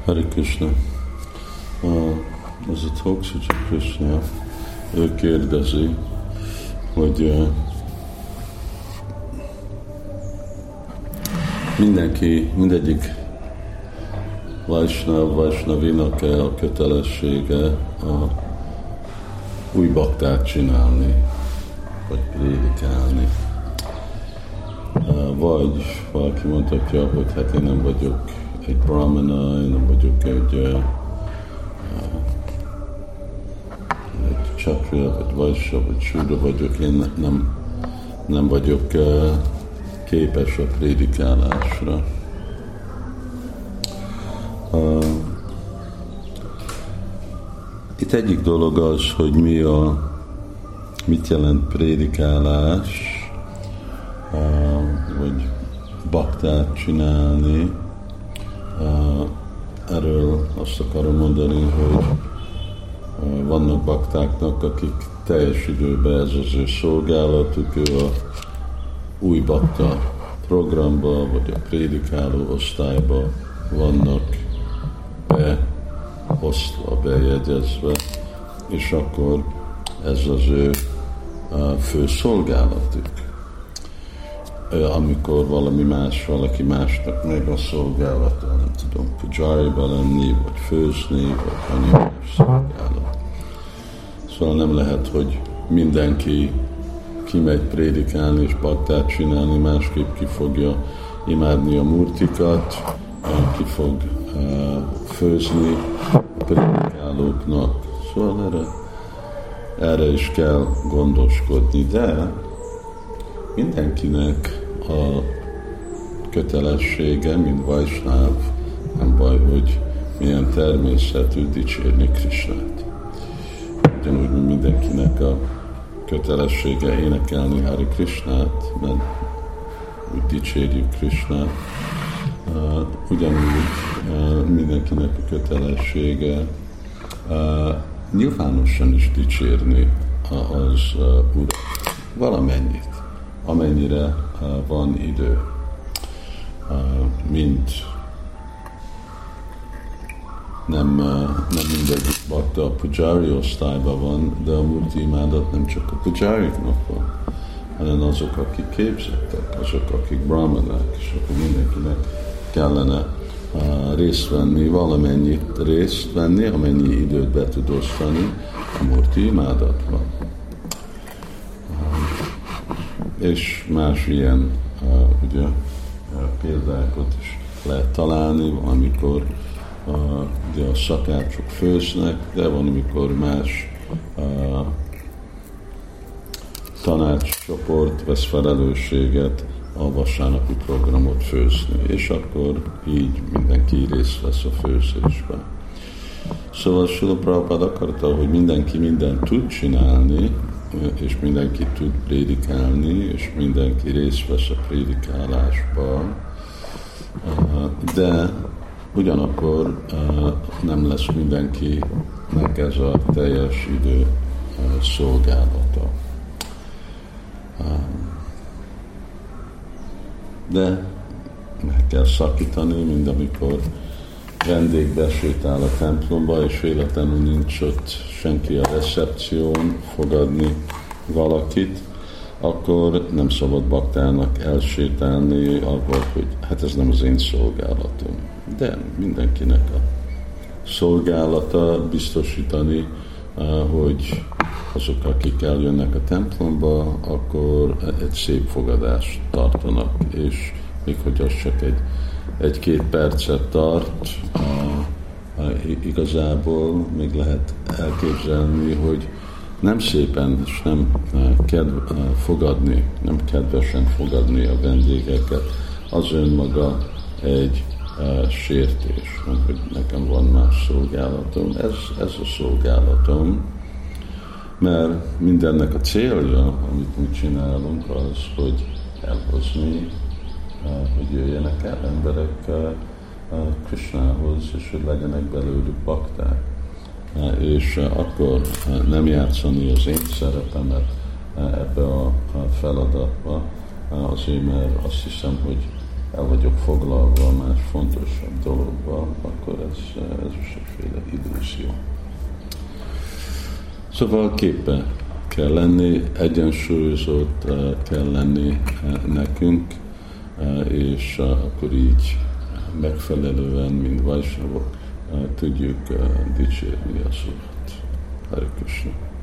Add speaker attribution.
Speaker 1: Hare Krishna. Ez a Toksuja Krishna, ő kérdezi, hogy mindegyik Vaisnavinak a kötelessége a új baktát csinálni, vagy prédikálni. Vagy valaki mondhatja, hogy hát én nem vagyok egy brahmana, én nem vagyok egy kshatriya, vagy vaisya, vagy shudra vagyok, én nem vagyok képes a prédikálásra. Itt egyik dolog az, hogy mit jelent prédikálás, vagy baktát csinálni. Erről azt akarom mondani, hogy vannak baktáknak, akik teljes időben ez az ő szolgálatuk, ő a új bakta programba, vagy a prédikáló osztályba vannak beosztva, bejegyezve, és akkor ez az ő fő szolgálatuk. Amikor valaki másnak meg a szolgálata, nem tudom, pujariba lenni, vagy főzni, vagy annyi más szolgálat. Szóval nem lehet, hogy mindenki kimegy prédikálni és baktát csinálni, másképp ki fogja imádni a murtikat, ki fog főzni a prédikálóknak. Szóval erre is kell gondoskodni, de mindenkinek a kötelessége, mint Vaisnáv, nem baj, hogy milyen természetű dicsérni Krisnát. Ugyanúgy, mint mindenkinek a kötelessége énekelni Hare Krisnát, mert úgy dicsérjük Krisnát. Ugyanúgy mindenkinek a kötelessége nyilvánosan is dicsérni az Urat. Valamennyit, amennyire van idő. Mint nem mindegyik bakta a pujari osztályban van, de a murti imádat nem csak a pujáriknak van, hanem azok, akik képzettek, azok, akik brahmanák, és akkor mindenkinek kellene részt venni, valamennyit részt venni, amennyi időt be tud osztani a murti imádatban. És más ilyen ugye, példákat is lehet találni, amikor ugye a szakácsok főznek, de van, amikor más tanácscsoport vesz felelősséget a vasárnapi programot főzni, és akkor így mindenki részt vesz a főzésben. Szóval Srila Prabhupád akarta, hogy mindenki mindent tud csinálni, és mindenki tud prédikálni, és mindenki részt vesz a prédikálásban, de ugyanakkor nem lesz mindenkinek ez a teljes idő szolgálata. De meg kell szakítani, mint amikor vendég besétál a templomba, és véletlenül nincs ott senki a recepción fogadni valakit, akkor nem szabad baktának elsétálni avval, hogy hát ez nem az én szolgálatom. De mindenkinek a szolgálata biztosítani, hogy azok, akik eljönnek a templomba, akkor egy szép fogadást tartanak, és még hogy az csak egy-két percet tart, igazából még lehet elképzelni, hogy nem szépen és nem fogadni, nem kedvesen fogadni a vendégeket, az önmaga egy sértés, hogy nekem van más szolgálatom, ez a szolgálatom, mert mindennek a célja, amit mi csinálunk, az, hogy elhozni, hogy jöjjenek el emberek Krishnához, és hogy legyenek belőlük bakták. És akkor nem játszani az én szerepemet ebbe a feladatba, azért mert azt hiszem, hogy el vagyok foglalva más fontosabb dologba, akkor ez ez is egyféle illúzió. Szóval képbe kell lenni, egyensúlyozott kell lenni nekünk, és akkor így megfelelően, mint vajsnavok, tudjuk dicsérni az Urat. Hare Krishna.